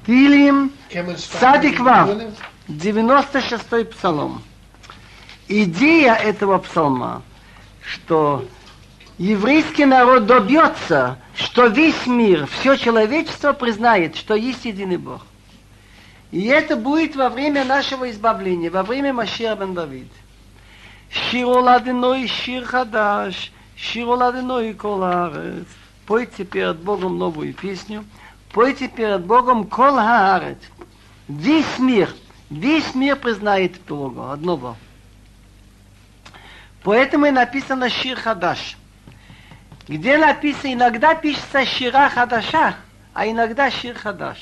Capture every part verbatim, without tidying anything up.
Тилим, Цадик Вав, девяносто шестой псалом. Идея этого псалма, что еврейский народ добьется, что весь мир, все человечество признает, что есть единый Бог. И это будет во время нашего избавления, во время Машиах бен Давид. Шир оладиной, шир хадаш, шир оладиной кол хаарец. Пойте перед Богом новую песню. Пойте перед Богом кол хаарец. Весь мир, весь мир признает Бога, одного. Поэтому и написано шир хадаш. Где написано, иногда пишется шира хадаша, а иногда шир хадаш.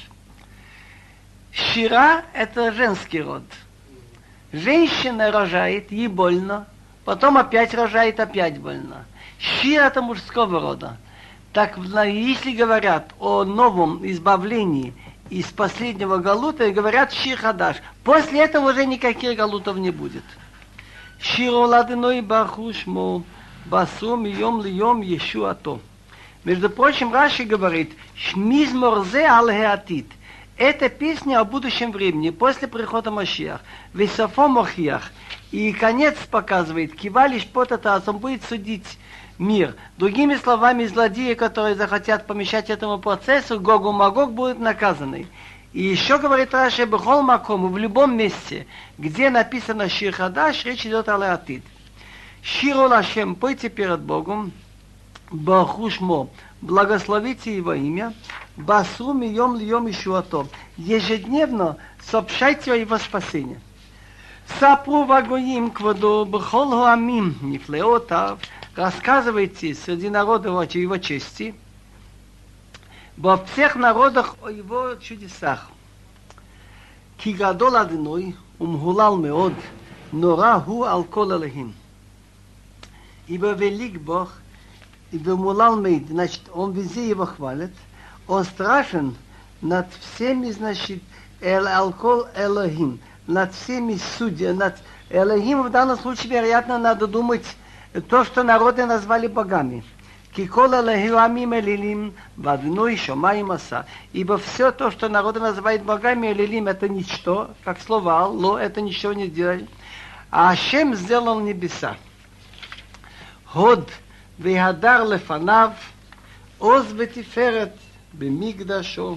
Шира – это женский род. Женщина рожает, ей больно, потом опять рожает, опять больно. Шир – это мужского рода. Так, если говорят о новом избавлении из последнего галута, говорят шир хадаш. После этого уже никаких галутов не будет. Шир оладиной барху шмо, басум йом льем ешуато. Между прочим, Раши говорит, шмизмор зе ал хеатит. Это песня о будущем времени, после прихода Машиах. Весофо Мохиах. И конец показывает, кивалиш потатас, он будет судить мир. Другими словами, злодеи, которые захотят помешать этому процессу, Гогу Магог будут наказаны. И еще говорит Раши, бехол макому, в любом месте, где написано шир хадаш, речь идет о леатит. Ширу лашем, пойте перед Богом, бахушмо, благословите его имя, басу мием льем ишуато. Ежедневно сообщайте о его спасении. Сапру вагоим кваду бхол хуамим нифлеотав. Рассказывайте среди народов о его чести, во всех народах о его чудесах. Ки гадол адиной умгулал меод, нора ху ал кол элохим. Ибо велик Бог, ибо мулал мейд, значит, он везде его хвалит, он страшен над всеми, значит, эл алкол элохим, над всеми судьями, над элохим в данном случае, вероятно, надо думать то, что народы назвали богами. Кикола лахиамим элилим вадной шомаим аса. Ибо все то, что народы называют богами, элилим, это ничто, как слово алло, это ничего не делает. А Ашем сделал небеса. Ход вегадар лефанав, оз ветиферет бемигдашо.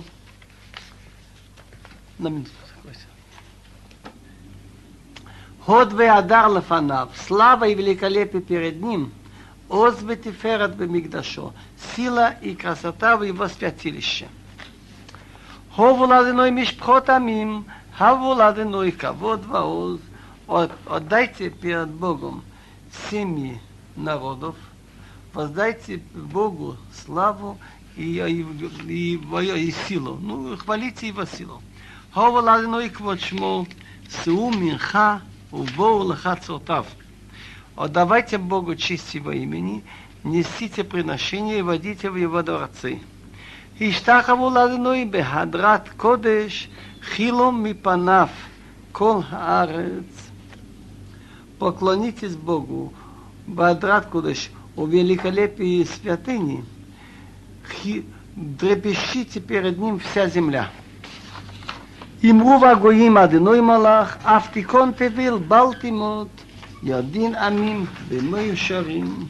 На минуту. Ход вегадар лефанав, слава и великолепие перед ним, оз ветиферет бемигдашо, сила и красота в его святилище. Хову ладеной мишпхот амим, хаву ладеной кавод ваоз. Отдайте перед Богом семьи народов, воздайте Богу славу и, и, и, и, и силу. Ну, хвалите его силу. Хову ладеной квот шмо, сеу минха, убоу лаха цортав. Отдавайте Богу честь его имени, несите приношения и водите в его дворцы. Иштахаву ладеной бехадрат кодеш, хилом мипанав, кол хаарец. Поклонитесь Богу, бадрат кодеш, у великолепии святыни, дрепещите перед ним вся земля. Имру вагоим адиной малах, автикон тевил балтимот, ядин амим бемою шарим.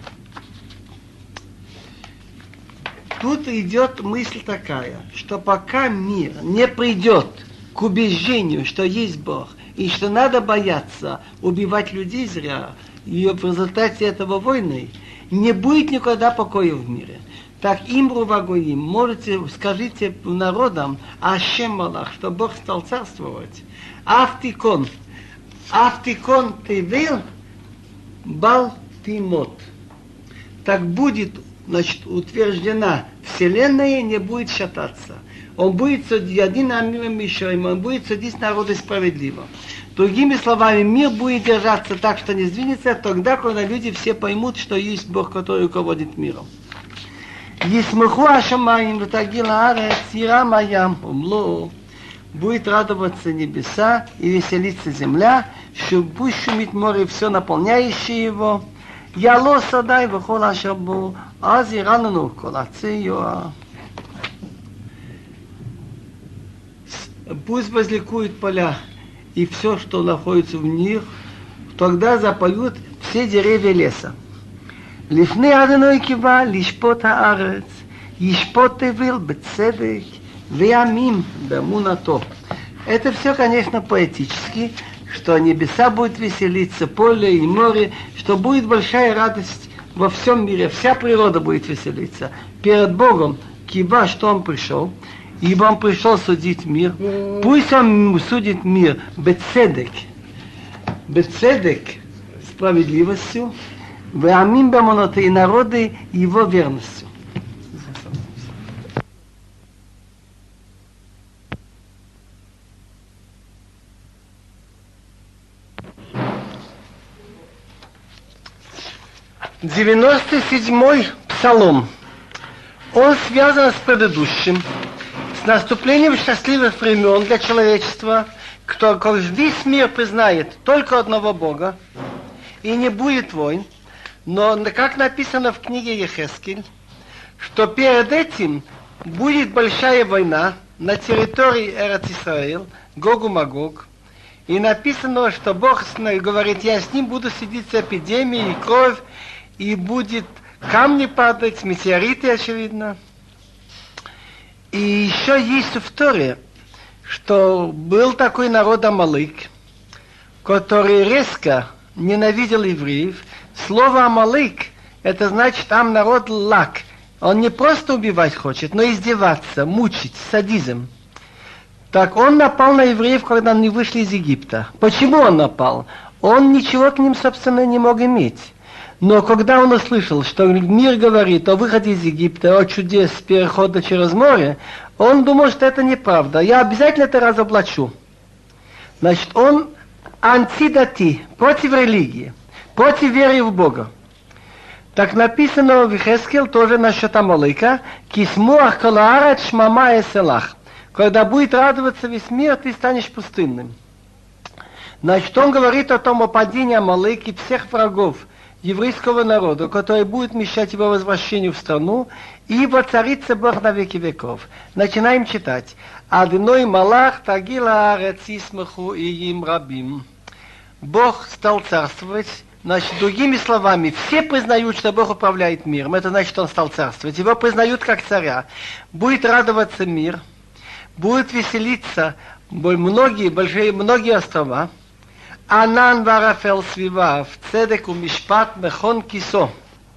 Тут идет мысль такая, что пока мир не придет к убеждению, что есть Бог, и что надо бояться убивать людей зря, и в результате этого войны, не будет никогда покоя в мире. Так имру вагоим, можете, скажите народам, Ашем Малах, что Бог стал царствовать. Автикон, автикон тевил, балтимот. Так будет, значит, утверждена вселенная, не будет шататься. Он будет судить один амим мишоим, он будет судить народы справедливо. Другими словами, мир будет держаться так, что не сдвинется, тогда, когда люди все поймут, что есть Бог, который руководит миром. Есмаху ашамаим ватагила арец ирам аям умло. Будет радоваться небеса и веселиться земля, шубу шумит море, все наполняющее его. Яло садай вахола шабу, аз иранну колацеюа. пусть возликуют поля и все, что находится в них, тогда запоют все деревья леса. לפני אדוני קיווה לשפוט הארץ, ישפוט תבל בצדק וימים באמונתו. Это все, конечно, поэтически, что небеса будут веселиться, поле и море, что будет большая радость во всем мире, вся природа будет веселиться. Перед Богом кива, что Он пришел, ибо Он пришел судить мир, пусть Он судит мир бецедек, бецедек, справедливостью, ועמים באמונתו, и народы его верностью. девяносто седьмой псалом. Он связан с предыдущим, с наступлением счастливых времен для человечества, кто весь мир признает только одного Бога, и не будет войн. Но, как написано в книге Ехескель, что перед этим будет большая война на территории Эрец-Исраэль, Гогу-Магог. И написано, что Бог говорит, я с ним буду сидеть с эпидемией, и кровь, и будет камни падать, метеориты, очевидно. И еще есть в Торе, что был такой народ Амалык, который резко ненавидел евреев. Слово Амалык, это значит там народ лак. Он не просто убивать хочет, но издеваться, мучить, садизм. Так он напал на евреев, когда они вышли из Египта. Почему он напал? Он ничего к ним, собственно, не мог иметь. Но когда он услышал, что мир говорит о выходе из Египта, о чудес перехода через море, он думал, что это неправда. Я обязательно это разоблачу. Значит, он антидати, против религии. Против веры в Бога. Так написано в Ехескель тоже насчет Амалыка. Кисмуах колаарат шмама эселах. Когда будет радоваться весь мир, ты станешь пустынным. Значит, он говорит о том, о падении Амалыка и всех врагов еврейского народа, который будет мешать его возвращению в страну, и воцарится Бог на веки веков. Начинаем читать. Адной малах тагила арец исмаху и им рабим. Бог стал царствовать. Значит, другими словами, все признают, что Бог управляет миром. Это значит, что Он стал царствовать. Его признают как царя. Будет радоваться мир. Будет веселиться многие, большие, многие острова. Анан варафел свивав, цедек у мишпат мехон кисо.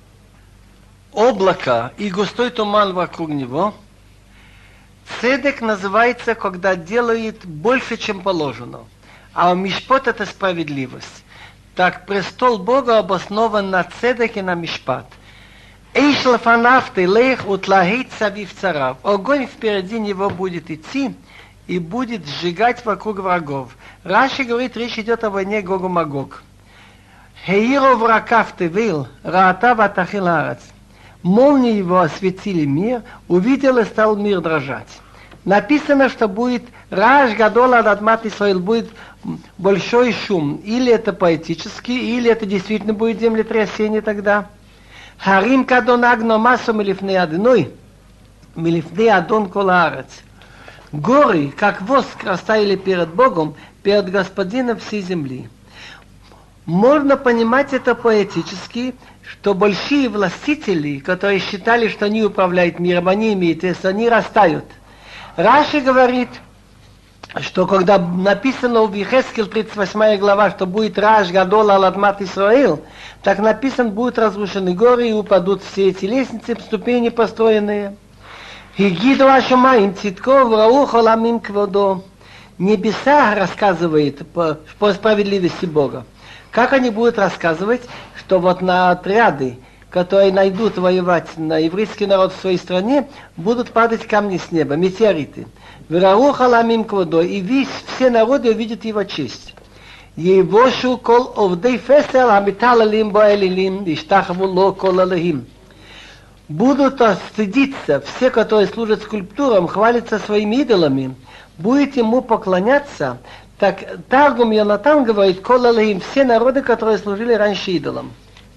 Облако и густой туман вокруг него. Цедек называется, когда делает больше, чем положено. А мишпот — это справедливость. Так престол Бога обоснован на цедек и на мишпат. Эйш лафанаф телех утлахит савив царав. Огонь впереди него будет идти и будет сжигать вокруг врагов. Раши говорит, речь идет о войне Гогу-Магог. Хеиро вракав тевил, раата ватахил арец. Молнии его осветили мир, увидел и стал мир дрожать. Написано, что будет раш гадол адмат Исраэль, будет большой шум. Или это поэтически, или это действительно будет землетрясение тогда. Харим кадон агно массу милифней адной, милифней адон колаарец. Горы, как воск, растаяли перед Богом, перед Господином всей земли. Можно понимать это поэтически, что большие властители, которые считали, что они управляют миром, они имеют, если они растают. Раши говорит, что когда написано в Ехескель тридцать восьмая глава, что будет раш гадол ал адмат Исраэль, так написано, будут разрушены горы и упадут все эти лестницы, ступени построенные. Хигиду ашумаим цитков раух оламим кводо. Небеса рассказывает по, по справедливости Бога. Как они будут рассказывать, что вот на отряды, которые найдут воевать на еврейский народ в своей стране, будут падать камни с неба, метеориты. Вераух аламим кводо, и весь, все народы увидят его честь. Евошу кол овдей фесел амиталалим боэлилим, иштахву ло кол алехим. Будут стыдиться все, которые служат скульптурам, хвалятся своими идолами, будет ему поклоняться. Так Таргум Йонатан говорит, кол алехим, все народы, которые служили раньше идолам.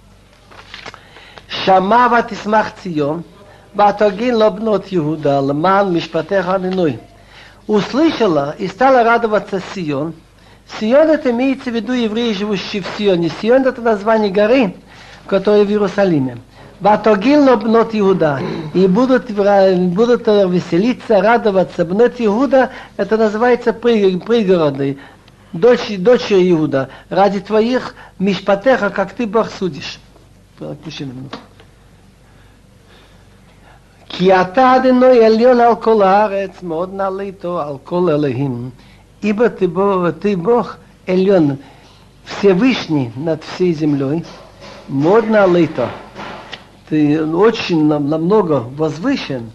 Шама ватисмах цион, ватогин лобнот Иуда, лман мишпатеха адоной. услышала и стала радоваться Сион. Сион это имеется в виду евреи, живущие в Сионе. Сион это название горы, которая в Иерусалиме. Ватогилно бнот Иуда. И будут, будут веселиться, радоваться. Бнот Иуда это называется пригороды. Дочь, дочери Иуда. Ради твоих мишпатеха, как ты Бог судишь. כי אתה אדוני עליון על כל הארץ, מאוד נעלה איתו על כל אלוהים. Ибо ты Бог, ты Бог Эльон, Всевышний над всей землей, מאוד נעלה איתו. Ты очень намного возвышен.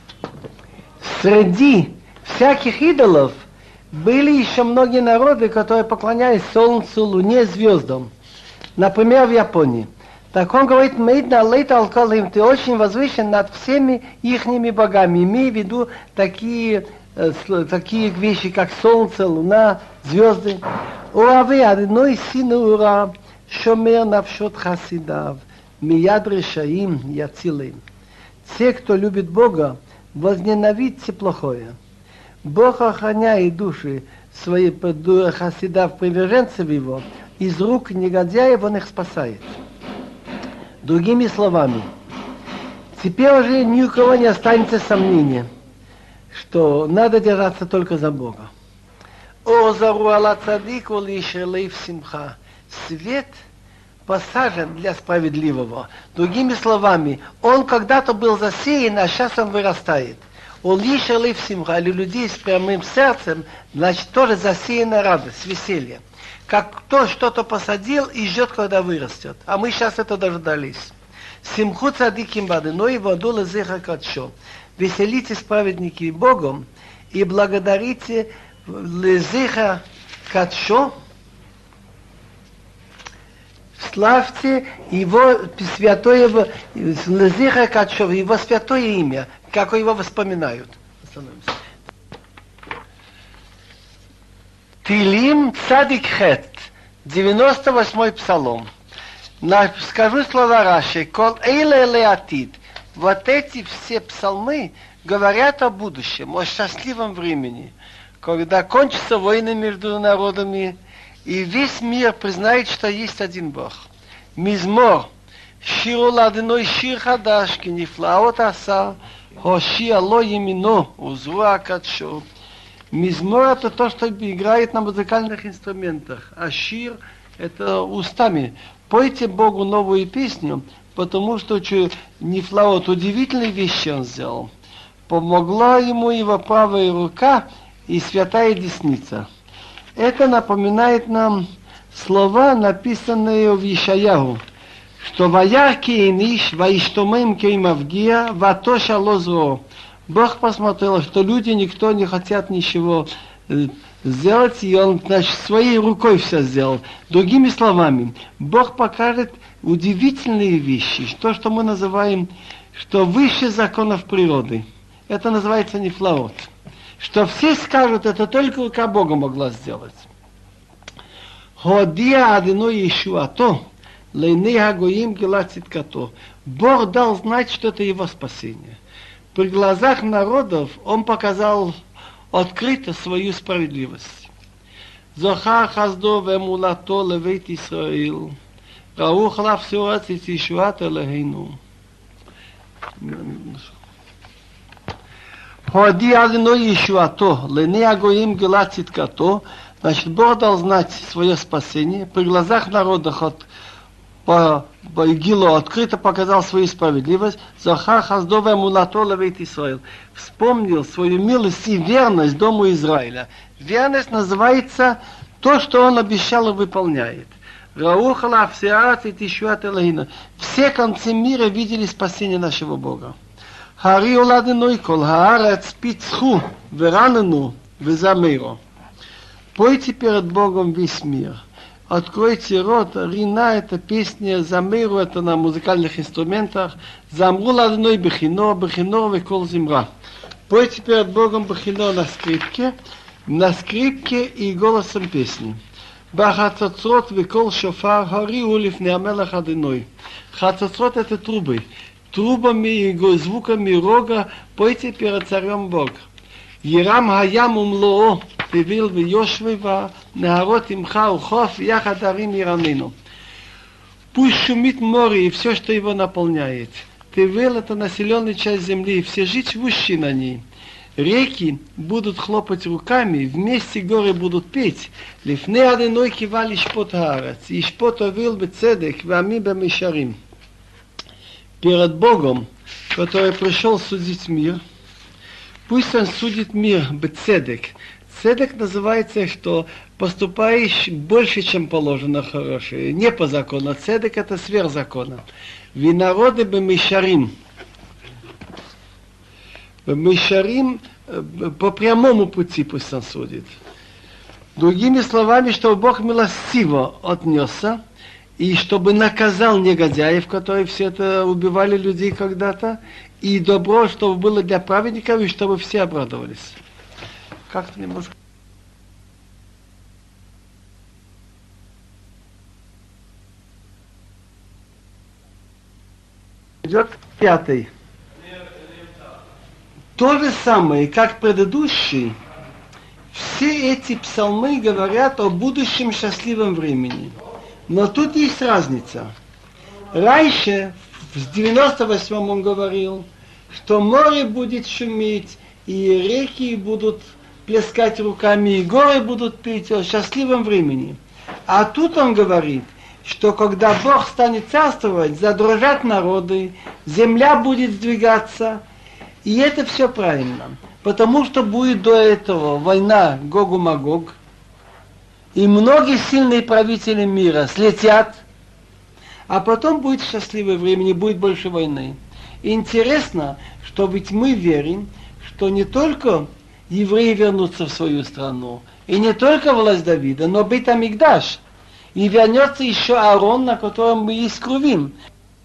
Среди всяких идолов были еще многие народы, которые поклонялись солнцу, луне, звездам. Например, в Японии. Так он говорит, ты очень возвышен над всеми ихними богами, имея в виду такие, такие вещи, как солнце, луна, звезды. Уави одной сину ура, шомер навшот хасидав, мияд решаим яцилим. Те, кто любит Бога, возненавидьте плохое. Бог охраняет души своих хасидав, приверженцев его, из рук негодяев он их спасает. Другими словами, теперь уже ни у кого не останется сомнения, что надо держаться только за Бога. Свет посажен для справедливого. Другими словами, он когда-то был засеян, а сейчас он вырастает. Или людей с прямым сердцем, значит, тоже засеяна радость, веселье. Как кто что-то посадил и ждет, когда вырастет. А мы сейчас это дождались. Симху цадиким бадыной воду лезеха катшо. Веселитесь, праведники, Богом, и благодарите лезеха катшо. Славьте его святое, лезеха катшо, его святое имя, как его воспоминают. Остановимся. Тилим Цадик Хет, девяносто восьмой псалом. Скажу слова Раши. Кол эйле леатид. Вот эти все псалмы говорят о будущем, о счастливом времени, когда кончатся войны между народами, и весь мир признает, что есть один Бог. Мизмор. Ширу ладыной шир хадаш, ки нифлаот аса, хоши алло емино, узруа катшо. Мизмор это то, что играет на музыкальных инструментах, а шир это устами. Пойте Богу новую песню, потому что Нифлаот удивительные вещи он сделал. Помогла ему его правая рука и святая десница. Это напоминает нам слова, написанные в Ишаяху, что «Ваяр кеиниш, ваиштомем кеймавгия, ватоша лозро». Бог посмотрел, что люди, никто не хотят ничего сделать, и он, значит, своей рукой все сделал. Другими словами, Бог покажет удивительные вещи, то, что мы называем, что выше законов природы. Это называется нифлаот. Что все скажут, это только рука Бога могла сделать. Ходия адино Иешуато, лейней хагоим гила циткато. Бог дал знать, что это его спасение. При глазах народов он показал открыто свою справедливость. Зохар хаздо вемулато левейт Исраил. ראו חלף סיורת את ישועת אלוהינו. הודיע לנו ישועתו, לעיני הגויים גילה צדקתו. Значит, Бог дал знать свое спасение. При глазах народа по, по Гилу открыто показал свою справедливость. Захар хаздовая мулато левейт Исраил. Вспомнил свою милость и верность дому Израиля. Верность называется то, что он обещал и выполняет. Раухала всеат и тишуат элохина. Все концы мира видели спасение нашего Бога. Хари уладеной кол хаарец пицху веранену везамейро. Пойте перед Богом весь мир. Откройте рот. Рина это песня, замейру это на музыкальных инструментах. Замру ладеной бехино, бехино векол зимра. Пойте перед Богом бехино на скрипке, на скрипке и голосом песни. בחצוצרות וכל שופר הריעו לפני המלך אדוני. חצוצרות это трубы. Трубами и звуками рога пойте перед царем Бог. ירם הים ומלואו, תביל ויושבי נהרות עמך וחוף, יחד הרים ירמנו. Пусть шумит море и все, что его наполняет. Тевел — это населенная часть земли, и все живущие на ней. Реки будут хлопать руками, вместе горы будут петь. Лифне аденой кивали шпот хаарец, и шпот овил бецедек, вами бемишарим. Перед Богом, который пришел судить мир, пусть он судит мир бецедек. Цедек называется, что поступаешь больше, чем положено хорошее. Не по закону. Цедек — это сверх закона. Винароды бемишарим. Бемишарим по прямому пути пусть он судит. Другими словами, чтобы Бог милостиво отнесся, и чтобы наказал негодяев, которые все это убивали людей когда-то, и добро, чтобы было для праведников, и чтобы все обрадовались. Как-то немножко. Идет пятый. То же самое, как предыдущий, все эти псалмы говорят о будущем счастливом времени. Но тут есть разница. Раньше, в девяносто восьмом он говорил, что море будет шуметь, и реки будут плескать руками, и горы будут петь о счастливом времени. А тут он говорит, что когда Бог станет царствовать, задрожат народы, земля будет сдвигаться, и это все правильно. Потому что будет до этого война Гогу-Магог, и многие сильные правители мира слетят, а потом будет счастливое время, не будет больше войны. И интересно, что ведь мы верим, что не только евреи вернутся в свою страну, и не только власть Давида, но Бейт Амикдаш, и вернется еще Аарон, на котором мы и скрувим.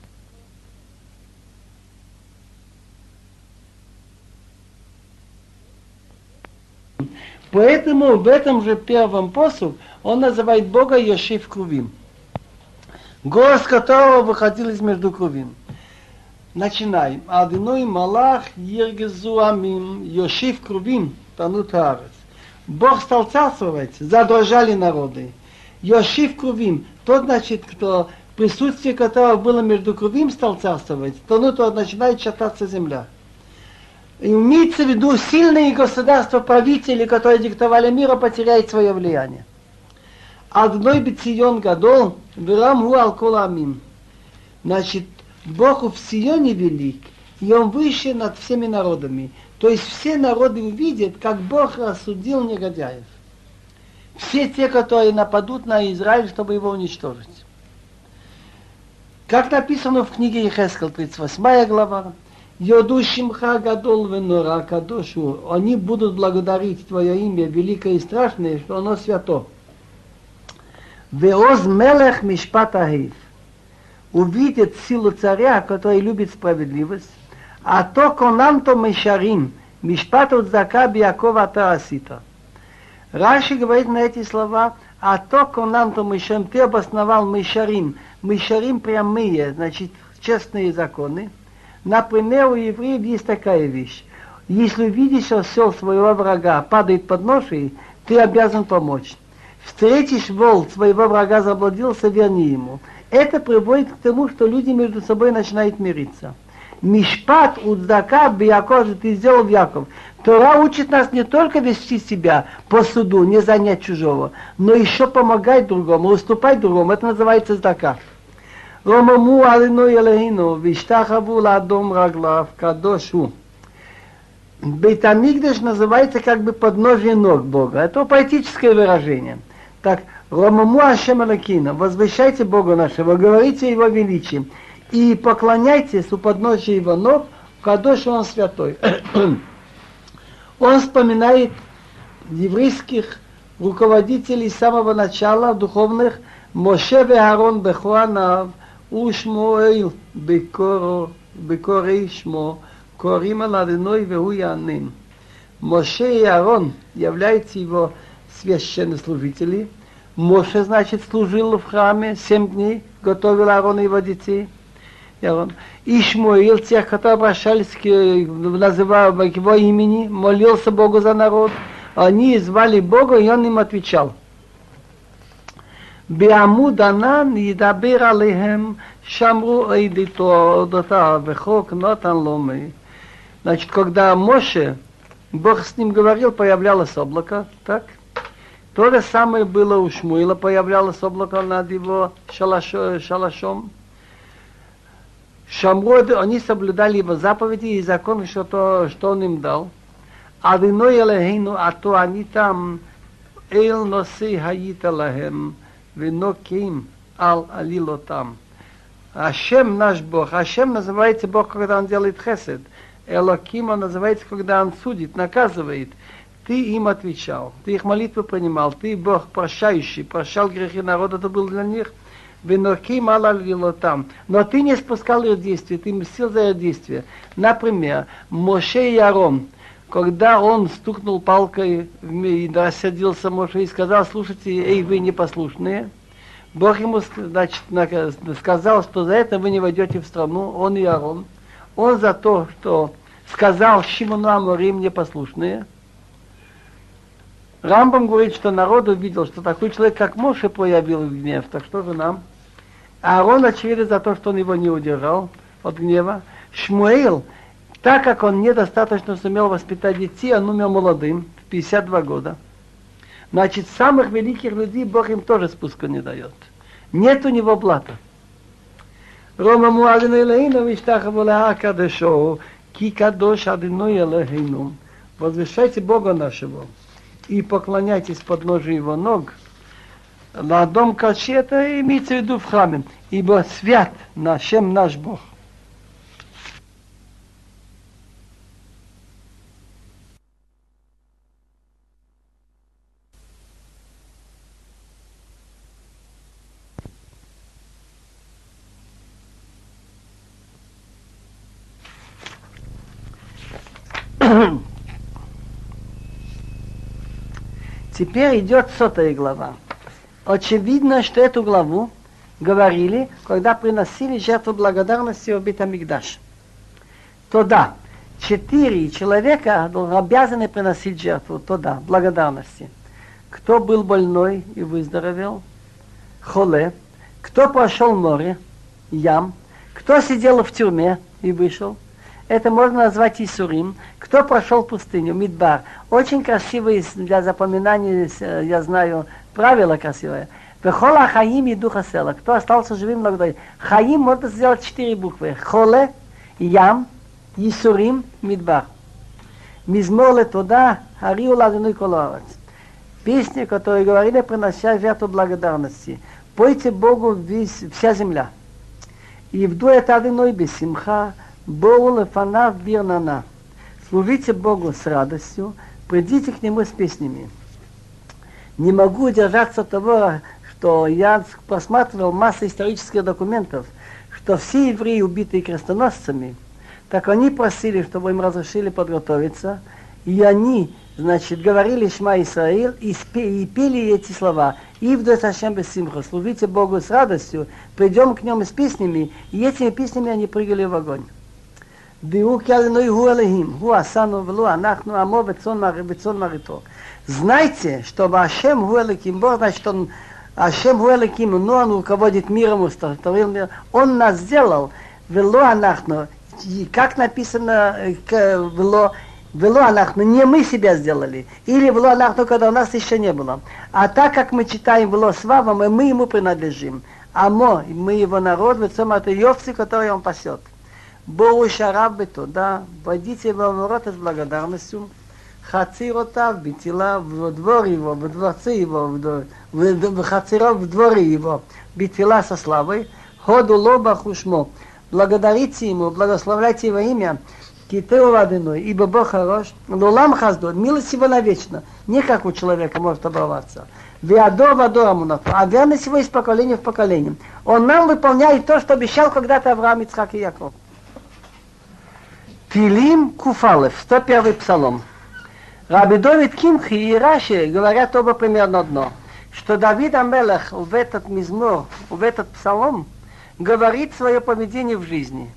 Поэтому в этом же первом посуд он называет Бога Йошив Крувим. Голос которого выходил из между крувим. Начинаем. Адиной Малах Ергезу Амим Йошив Крувим Танут Хаарец. Бог стал царствовать, задрожали народы. Йошив Крувим, тот, значит, кто присутствие которого было между крувим, стал царствовать, Танут начинает шататься земля. И имеется в виду сильные государства, правители, которые диктовали мир, потеряют свое влияние. Одной бецион гадол, верам гу алкола амим. Значит, Бог в Сионе велик, и Он выше над всеми народами. То есть все народы увидят, как Бог рассудил негодяев. Все те, которые нападут на Израиль, чтобы его уничтожить. Как написано в книге Ехескел, тридцать восьмая глава, Йоду Шимха Гадол Венора Кадошу, они будут благодарить Твое имя великое и страшное, что оно свято. Веоз Мелех Мишпат Ахив, увидит силу царя, который любит справедливость, а то конанто Мишарим, Мишпат Удзака Биакова Таасита. Раши говорит на эти слова, а то конанто Мишарим, ты обосновал Мишарим, Мишарим прямые, значит, честные законы. Например, у евреев есть такая вещь. Если видишь осел своего врага падает под ношей, ты обязан помочь. Встретишь вол своего врага заблудился, верни ему. Это приводит к тому, что люди между собой начинают мириться. Мишпат удзака бияков, ты сделал в Яков. Тора учит нас не только вести себя по суду, не занять чужого, но еще помогать другому, уступать другому. Это называется здака. Ромаму алину елехину, виштахаву ладом раглав, кадошу. Бейт Амикдаш называется как бы подножие ног Бога. Это поэтическое выражение. Так, Ромаму Ашем Элокину, возвещайте Бога нашего, говорите Его величием и поклоняйтесь у подножия Его ног, кадошу Он святой. Он вспоминает еврейских руководителей с самого начала, духовных, Моше и Аарон Бехуанав, ושמואל בקוראי שמו, קוראים על אדוני והוא יענם. Моше и Аарон являются его священнослужители. Моше, значит, служил в храме семь дней, готовил Аарон и его детей. Ярон. Ишмаил, тех, которые обращались к, называя к его имени, молился Богу за народ, они звали Бога, и он им отвечал. בעמוד ענן ידבר עליהם, שמרו עדותו, עדותיו, וחוק נתן לו מי. Значит, когда Моше, Бог с ним говорил, появлялось облако, так? То же самое было у Шмуила, появлялось облако над его шалашо, шалашом. Шамрод, они соблюдали его заповеди и законы, что, то, что он им дал. А виной Элохейну, а то они там, Эйл носи хаита лахем, виноким ал алилотам. Ашем наш Бог. Ашем называется Бог, когда он делает хесед. Элоким он называется, когда он судит, наказывает. Ты им отвечал, ты их молитвы принимал, ты Бог прощающий, прощал грехи народа, это был для них. Виноким ал алилотам. Но ты не спускал их действия, ты мстил за их действия. Например, Моше и Арон, когда он стукнул палкой и рассердился Моше и сказал: слушайте, эй, вы непослушные, Бог ему, значит, сказал, что за это вы не войдете в страну, он и Арон. Он за то, что сказал Шимону Аморим непослушные. Рамбам говорит, что народ увидел, что такой человек, как Моше, проявил гнев, так что же нам? Аарон, очевидно, за то, что он его не удержал от гнева. Шмуэл, так как он недостаточно сумел воспитать детей, он умер молодым, в пятьдесят два года. Значит, самых великих людей Бог им тоже спуска не дает. Нет у него блата. Рома муадин элейну виштахаву леха кадешо, ки кадош адиной элейну. Возвещайте Бога нашего и поклоняйтесь подножию его ног. На дом качи, это имеется в виду в храме, ибо свят нашем наш Бог. Теперь идет сотая глава. Очевидно, что эту главу говорили, когда приносили жертву благодарности в Бейт Амикдаш. То да, четыре человека обязаны приносить жертву, то да, благодарности. Кто был больной и выздоровел, холе, кто прошел море, ям, кто сидел в тюрьме и вышел, это можно назвать Исурим. Кто прошел пустыню, Мидбар. Очень красивое для запоминания, я знаю, правило красивое. Вехола Хаим и Духа Села. Кто остался живым благодаря. Хаим можно сделать четыре буквы. Холе, Ям, Исурим, Мидбар. Мизмор летода, Хариу ладуной колорец. Песни, которые говорили, принося жертву благодарности. Пойте Богу весь, вся земля. И вду это одиной без симха, Боу лефанав бирнана. Служите Богу с радостью, придите к Нему с песнями. Не могу удержаться от того, что я просматривал массу исторических документов, что все евреи, убитые крестоносцами, так они просили, чтобы им разрешили подготовиться, и они, значит, говорили Шма Исраил и, и пели эти слова. Ивду Сашем бессимха, служите Богу с радостью, придем к Нему с песнями, и этими песнями они прыгали в огонь. Знайте, что Ашем Хуэлаким, Бог, значит, он Ашем Хуэлаким, но он руководит миром, установил мир, он нас сделал, вело анахну, как написано, вело, вело анахну, не мы себя сделали, или вело анахну, когда у нас еще не было. А так как мы читаем вело свава, мы, мы ему принадлежим. А мы, мы его народ, в цом это овцы, которые он пасет. Боу шарав бетода, войдите во ворота с благодарностью, хациротав битила в двор его, в дворце его, в хациров в дворе его, битила со славой, ходу лоба хушмо, благодарите ему, благословляйте его имя, китеу вадиной, ибо Бог хорош, лулам хаздот, милость его навечно, не как у человека может оборваться. Веадор вадор амунату, а верность его из поколения в поколение. Он нам выполняет то, что обещал когда-то Авраам, Ицхак и Яков. Тилим Куфалев, сто первый псалом. Раби Довид Кимхи и Раши говорят оба примерно одно, что Давид Амелех в этот мизмор, в этот псалом, говорит свое поведение в жизни.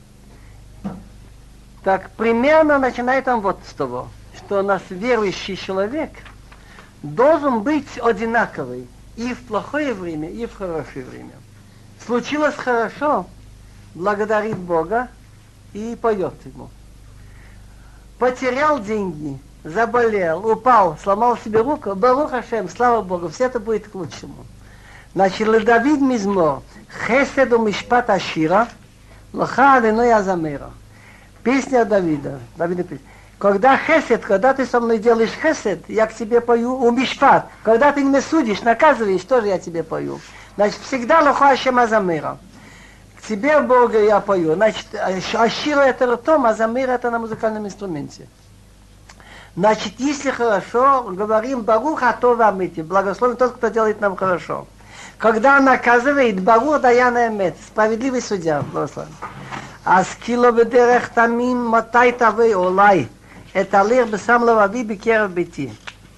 Так примерно начинает он вот с того, что у нас верующий человек должен быть одинаковый и в плохое время, и в хорошее время. Случилось хорошо, благодарит Бога и поет ему. Потерял деньги, заболел, упал, сломал себе руку, Барух Ашем, слава Богу, все это будет к лучшему. Значит, Давид Мизмор, Хеседу Мишпат Ашира, Лоха Аденой Азамера. Песня Давида. Давида песня. Когда хесед, когда ты со мной делаешь хесед, я к тебе пою у мишпат. Когда ты меня судишь, наказываешь, тоже я тебе пою. Значит, всегда Лоха Ашем Азамера. К тебе, Бога, я пою. Значит, Ашира это ртом, Азамера это на музыкальном инструменте. Значит, если хорошо, говорим Барух Атов Амити, благословен тот, кто делает нам хорошо. Когда он наказывает, Барух Даян Эмет, справедливый судья, благословен. Аскило бедерех тамим мотай тавей олай. Это лир бесам лавави бекерев бити.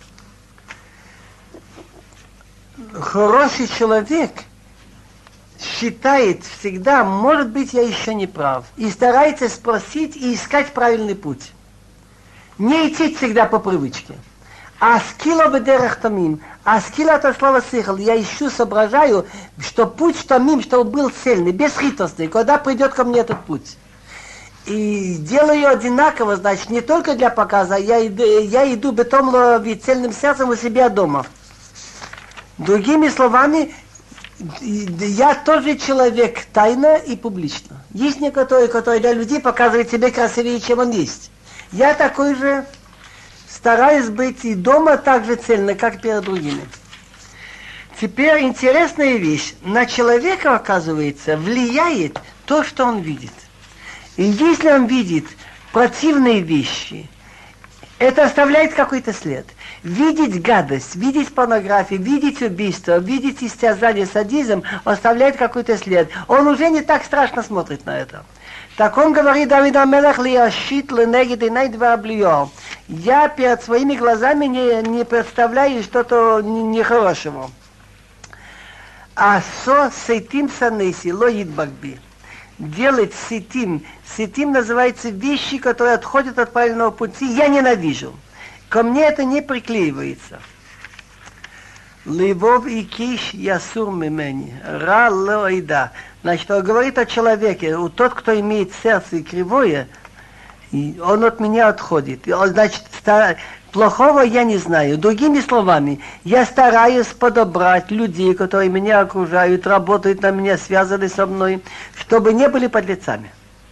Хороший человек считает всегда, может быть, я еще не прав. И старается спросить и искать правильный путь. Не идти всегда по привычке. Аскило бедерех тамим. Аскило это слово сихал. Я ищу, соображаю, что путь тамим, чтобы был цельный, бесхитростный, когда придет ко мне этот путь. И делаю одинаково, значит, не только для показа, я иду, я иду бетом и цельным сердцем у себя дома. Другими словами, я тоже человек тайно и публично. Есть некоторые, которые для людей показывают себя красивее, чем он есть. Я такой же, стараюсь быть и дома так же цельно, как перед другими. Теперь интересная вещь. На человека, оказывается, влияет то, что он видит. И если он видит противные вещи, это оставляет какой-то след. Видеть гадость, видеть порнографию, видеть убийство, видеть истязание, садизм, оставляет какой-то след. Он уже не так страшно смотрит на это. Так он говорит, Давид Амелах, лияшит ленегид инай два блио. Я перед своими глазами не, не представляю что-то нехорошего. А со сетим санеси, ло идбакби. Делать сетим. Сетим называется вещи, которые отходят от правильного пути. Я ненавижу. Ко мне это не приклеивается. Левов и киш ясур мимени. Ра лоида. Значит, он говорит о человеке. У тот, кто имеет сердце кривое, он от меня отходит. Он, значит, стар... плохого я не знаю. Другими словами, я стараюсь подобрать людей, которые меня окружают, работают на меня, связаны со мной, чтобы не были подлецами.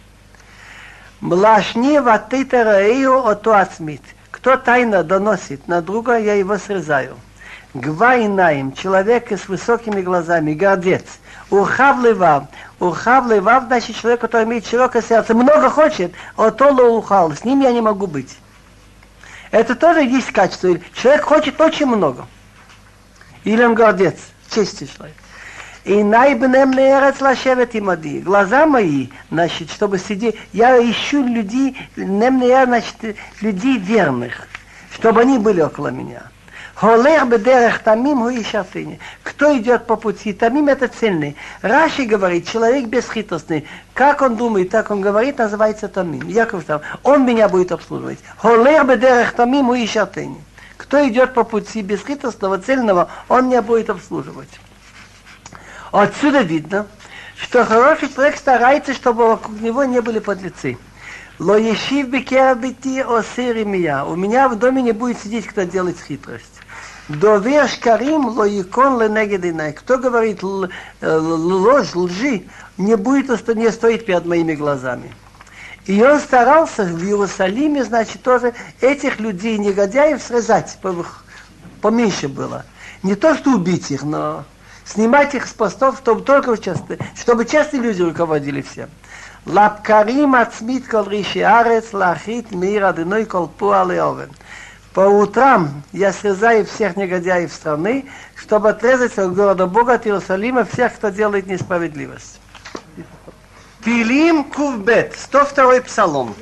Млашни ватитараию отуацмит. Кто тайно доносит на друга, я его срезаю. Гвайнаим, человек с высокими глазами, гордец. Урхав левав. Урхав левав, значит, человек, который имеет широкое сердце, много хочет, отоло ухал. С ним я не могу быть. Это тоже есть качество. Человек хочет очень много. Или он гордец, честный человек. И найбнем лерец лашевет имади. Глаза мои, значит, чтобы сидеть, я ищу людей, значит, людей верных, чтобы они были около меня. Холер бедерех тамим хуишафини. Кто идет по пути? Тамим это цельный. Раши говорит, человек бесхитростный. Как он думает, так он говорит, называется тамим. Яков там, он меня будет обслуживать. Холер бедерех тамим хуишафини. Кто идет по пути бесхитростного, цельного, он меня будет обслуживать. Отсюда видно, что хороший человек старается, чтобы вокруг него не были подлецы. Ло ешив бекера бити осири мия. У меня в доме не будет сидеть, кто делает хитрость. Довер шкарим ло якон ленегединай. Кто говорит ложь, лжи, не будет не стоит перед моими глазами. И он старался в Иерусалиме, значит, тоже этих людей, негодяев, срезать, поменьше было. Не то, что убить их, но снимать их с постов, чтобы только часто, чтобы частные люди руководили всем. Лапкарим ацмит кол риши арец лахит мир адыной кол пуа леовен. По утрам я срезаю всех негодяев страны, чтобы отрезать от города Бога, от Иерусалима, всех, кто делает несправедливость. Пилим Кувбет, сто второй псалом.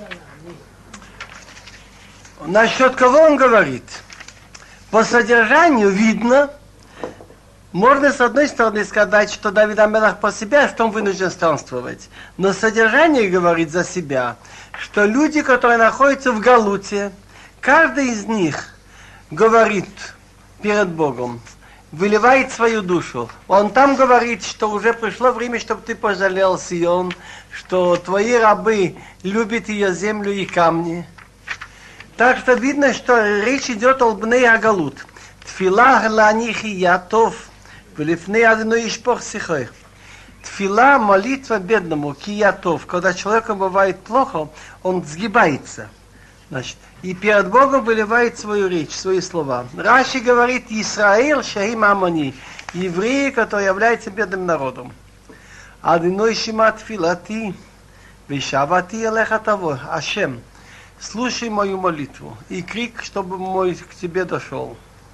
Насчет кого он говорит? По содержанию видно, Можно с одной стороны сказать, что Давид а-Мелех по себе, что он вынужден странствовать. Но содержание говорит за себя, что люди, которые находятся в Галуте, каждый из них говорит перед Богом, выливает свою душу. Он там говорит, что уже пришло время, чтобы ты пожалел Сион, что твои рабы любят ее землю и камни. Так что видно, что речь идет о бней Агалут. Тфила ланих ятов, влифней адну ишпох сихой. Тфила, молитва бедному, киятов. Когда человеку бывает плохо, он сгибается. Значит, и перед Богом выливает свою речь, свои слова. Раши говорит, Исраил шахим амони, евреи, которые являются бедным народом. Адиной шимат филати, вишавати элеха того, Ашем, слушай мою молитву и крик, чтобы мой к тебе дошел.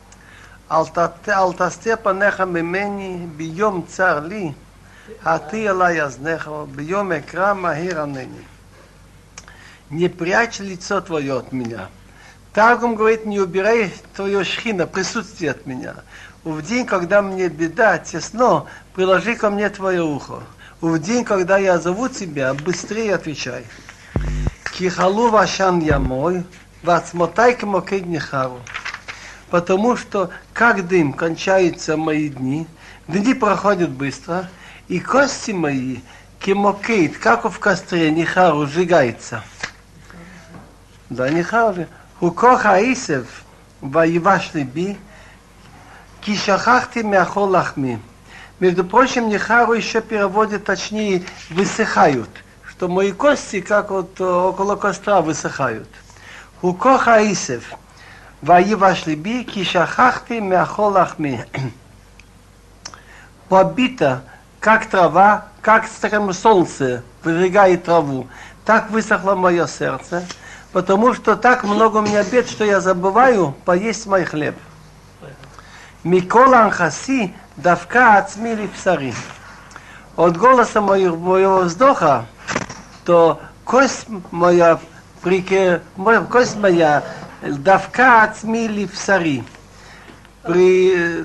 Алтасте панеха мемени, бьем цар ли, а ты элай азнеха, бьем экра махир анени. Не прячь лицо твое от меня. Таргум говорит, не убирай твое шхина, присутствие от меня. В день, когда мне беда, тесно, приложи ко мне твое ухо. В день, когда я зову тебя, быстрее отвечай. Кихалу вашан я мой, вацмотай кмокейд нехару. Потому что, как дым, кончаются мои дни, дни проходят быстро, и кости мои, кемокейд, как в костре, нехару, сжигается. Да, нехару. Хукоха Аисев, воеваш либи, кишахахти мяхол лахми. Между прочим, нехару еще переводит, точнее, высыхают. Что мои кости, как вот около костра, высыхают. Хукоха Аисев, воеваш либи, кишахахти мяхол лахми. Побита, как трава, как солнце выжигает траву, так высохло мое сердце. Потому что так много у меня бед, что я забываю поесть мой хлеб. Микол анхаси давка ацмили псари. От голоса моего, моего вздоха, то кость моя, прике, кость моя давка ацмили псари. При,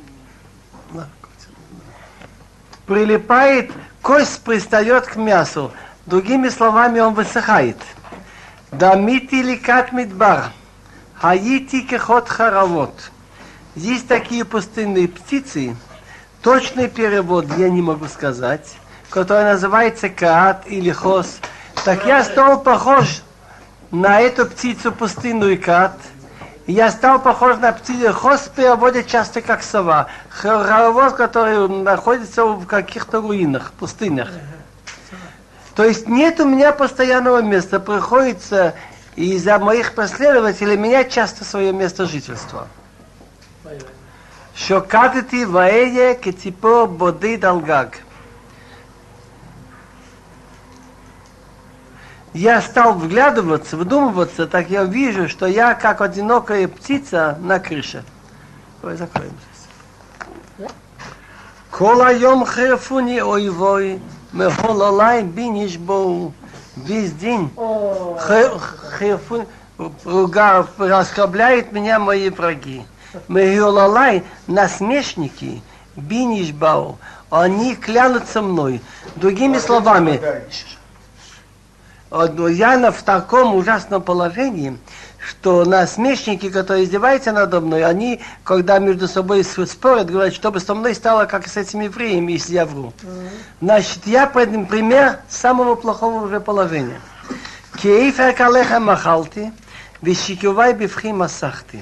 прилипает, кость пристает к мясу. Другими словами, он высыхает. Дамити ликат мидбар, хаити кехот харавот. Здесь такие пустынные птицы, точный перевод я не могу сказать, который называется каат или хос. Так я стал похож на эту птицу пустынную каат, и я стал похож на птицу хос, переводят часто как сова. Харавот, который находится в каких-то руинах, пустынях. То есть нет у меня постоянного места, приходится из-за моих последователей менять часто свое место жительства. Шокатити ваэе кетипо боды далгаг. Я стал вглядываться, вдумываться, так я вижу, что я как одинокая птица на крыше. Ой, закроемся. Кола йом херфуни ойвой. Мехололай бинишбоу. Весь день руга расхабляет меня мои враги. Мехололай насмешники бинишбоу. Они клянутся мной. Другими словами, я в таком ужасном положении, что насмешники, которые издеваются надо мной, они, когда между собой спорят, говорят, чтобы со мной стало, как с этими евреями, если я вру. Значит, я пример самого плохого уже положения. Кейфер калеха махалти, вещикувай бифхи масахти.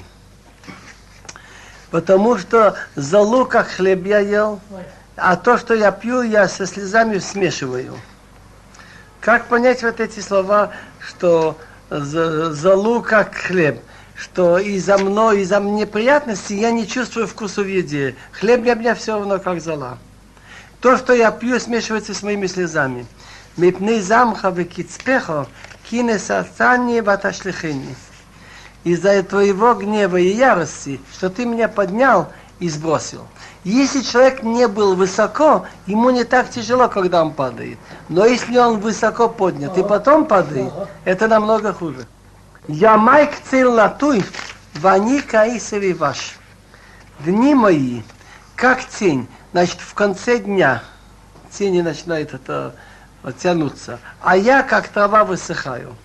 Потому что залу, как хлеб я ел, а то, что я пью, я со слезами смешиваю. Как понять вот эти слова, что залу как хлеб, что из-за мной, из-за неприятностей я не чувствую вкуса в еде. Хлеб для меня все равно как зола. То, что я пью, смешивается с моими слезами. Мипней замха векицпехо кинесатани ваташлихени. Из-за твоего гнева и ярости, что ты меня поднял и сбросил. Если человек не был высоко, ему не так тяжело, когда он падает. Но если он высоко поднят и потом падает, это намного хуже. Я майк цел латуй, вани каисеви ваш. Дни мои, как тень. Значит, в конце дня тени начинают это вот, тянуться, а я как трава высыхаю.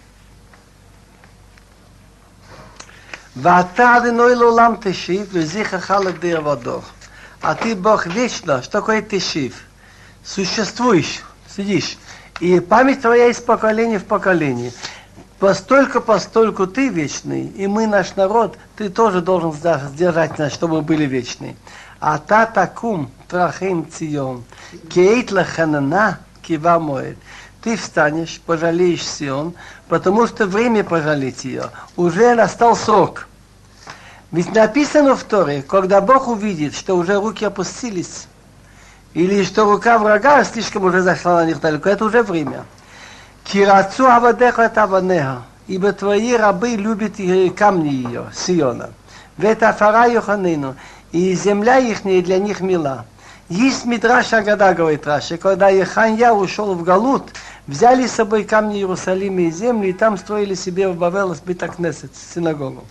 ואתה אדוני לעולם תשיב, וזכרך לבדיר ודור. А ты Бог вечно, что такое тешив? Существуешь, сидишь. И память твоя из поколения в поколение. Постольку, постольку ты вечный, и мы, наш народ, ты тоже должен сдержать нас, чтобы мы были вечны. А та такум трахим цион, кейт лаханана кива моет. Ты встанешь, пожалеешь Сион, потому что время пожалеть ее. Уже настал срок. Ведь написано в Торе, когда Бог увидит, что уже руки опустились, или что рука врага слишком уже зашла на них далеко, это уже время. Кирацу авадеха таванеха, ибо твои рабы любят камни ее, Сиона. Вет афара Йоханейну, и земля их для них мила. Есть Мидраш Агада, говорит Раши, когда Еханья ушел в Галут, взяли с собой камни Иерусалима и земли, и там строили себе в Бавел Бет-Кнесет, синагогу.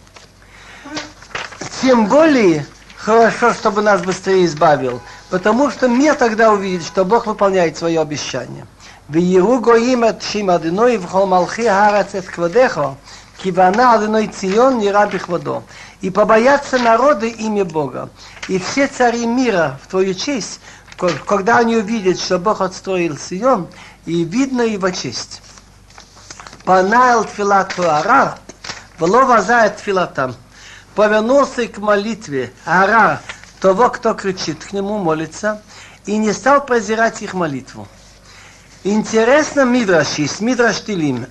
Тем более хорошо, чтобы нас быстрее избавил, потому что мир тогда увидит, что Бог выполняет свое обещание. ויראו גויים את שם אדוני וכל מלכי הארץ את כבודך, כי בנה אדוני ציון נראה בכבודו. И побоятся народы имя Бога. И все цари мира в твою честь, когда они увидят, что Бог отстроил Сион, и видно его честь. Панаэл тфилат туара, вло вазает тфилатам. Повернулся к молитве ара, того, кто кричит, к нему молится, и не стал презирать их молитву. Интересно Мидраш есть, Мидраш Тилим.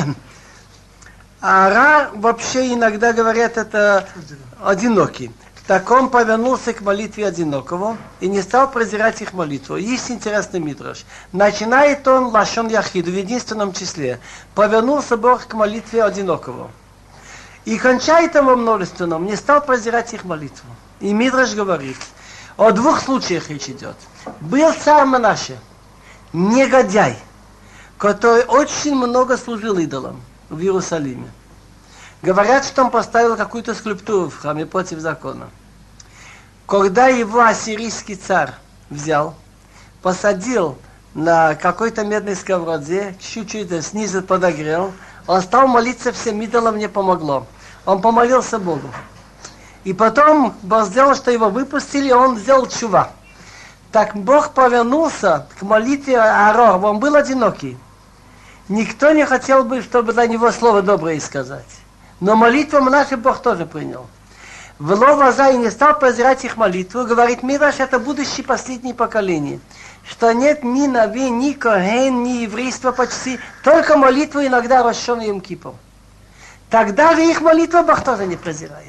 Ара вообще иногда говорят, это одинокий. Так он повернулся к молитве одинокого и не стал презирать их молитву. Есть интересный Мидраш. Начинает он лашон яхид в единственном числе. Повернулся Бог к молитве одинокого. И кончает он во множественном, не стал презирать их молитву. И Мидраш говорит, о двух случаях речь идет. Был царь Манаше, негодяй, который очень много служил идолам в Иерусалиме. Говорят, что он поставил какую-то скульптуру в храме против закона. Когда его ассирийский царь взял, посадил на какой-то медной сковороде, чуть-чуть снизу подогрел, он стал молиться всем идолам, не помогло. Он помолился Богу. И потом Бог сделал, что его выпустили, он сделал чува. Так Бог повернулся к молитве Аарона, он был одинокий. Никто не хотел бы, чтобы на него слово доброе сказать. Но молитву нашу Бог тоже принял. Вло ваза и не стал презирать их молитву, говорит Мидраш, это будущее последнее поколение. Что нет ни нави, ни коген, ни еврейства почти, только молитву иногда Рош-Шана и Йом Кипур. Тогда же их молитву Бог тоже не презирает.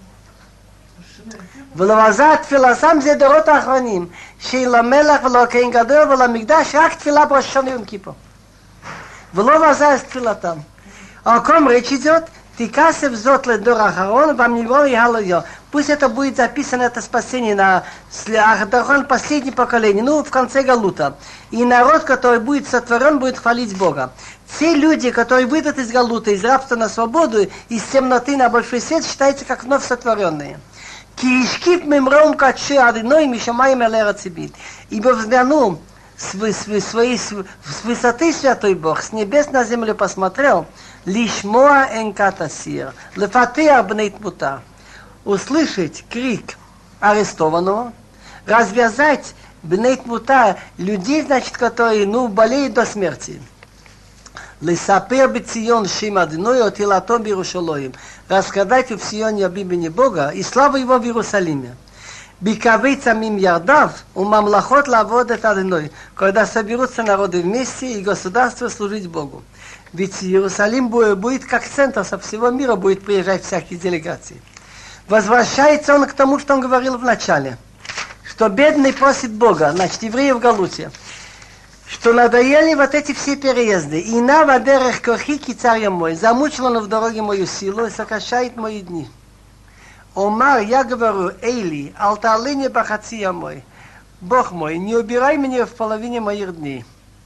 ולבזה תפילתם זה דורות האחרונים, שלמלך ולא כהן גדול ולמקדש רק תפילה בראש השנה ויום כיפור. ולא בזה תפילתם. О ком речь идет? Тикасев зот ледор ахарон, вам него и галайо. Пусть это будет записано, это спасение на Ахарон, последнее поколение, ну, в конце Галута. И народ, который будет сотворен, будет хвалить Бога. Все люди, которые выйдут из Галута, из рабства на свободу, из темноты на большой свет, считаются как вновь сотворенные. Кишкип мемром каче адиной мишамаем элера цибит. Ибо взглянул с, с, своей, с высоты святой Бог, с небес на землю посмотрел, лишмоа энкатасир, лефатеа бнейт мута, услышать крик арестованного, развязать бнейт мута людей, значит, которые, ну, болеют до смерти. Лесапер бецион шим адиной отилатом Иерушалаим, рассказать в Сионе об имени Бога и славу его в Иерусалиме. Бикавей цамим ярдав, у мамлахот лаводет адиной, когда соберутся народы вместе и государство служить Богу. Ведь Иерусалим будет как центр, со всего мира будет приезжать всякие делегации. Возвращается он к тому, что он говорил в начале, что бедный просит Бога, значит, евреи в Галуте, что надоели вот эти все переезды. И на вадерех кохики царь мой, замучил он в дороге мою силу и сокращает мои дни. Омар, я говорю, Эйли, алталыне бахация мой, Бог мой, не убирай меня в половине моих дней.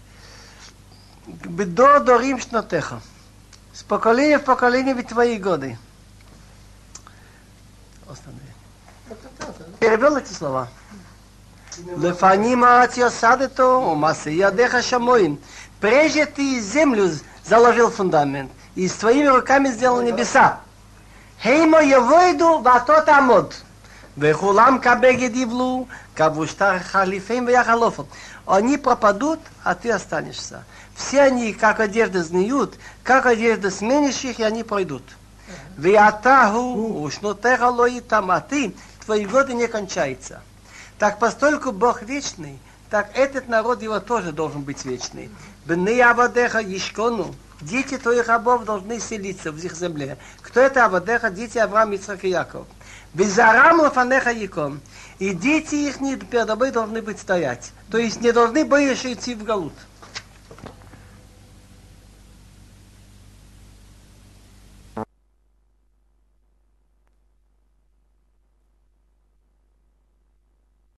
Бедо дорим шнотеха. С поколения в поколение ведь твои годы. Перевел эти слова? Лефаним атьосадето, умасы ядеха шамоим. Прежде ты землю заложил фундамент, и с твоими руками сделал небеса. Хеймо явойду ватот амод. Вехулам кабегед ивлу, кавуштар халифейм вяхалофом. Они пропадут, а ты останешься. Все они, как одежда, сгниют, как одежда сменишь их, и они пройдут. Виатаху ушнотеха лоитам, а ты, твои годы не кончаются. Так постольку Бог вечный, так этот народ его тоже должен быть вечный. Бны авадеха ишкону. Дети твоих рабов должны селиться в их земле. Кто это Авадеха? Дети Авраам, Ицхак и Яков. Безарам лафанеха яком. И дети их перед тобой должны быть стоять. То есть не должны больше идти в галут.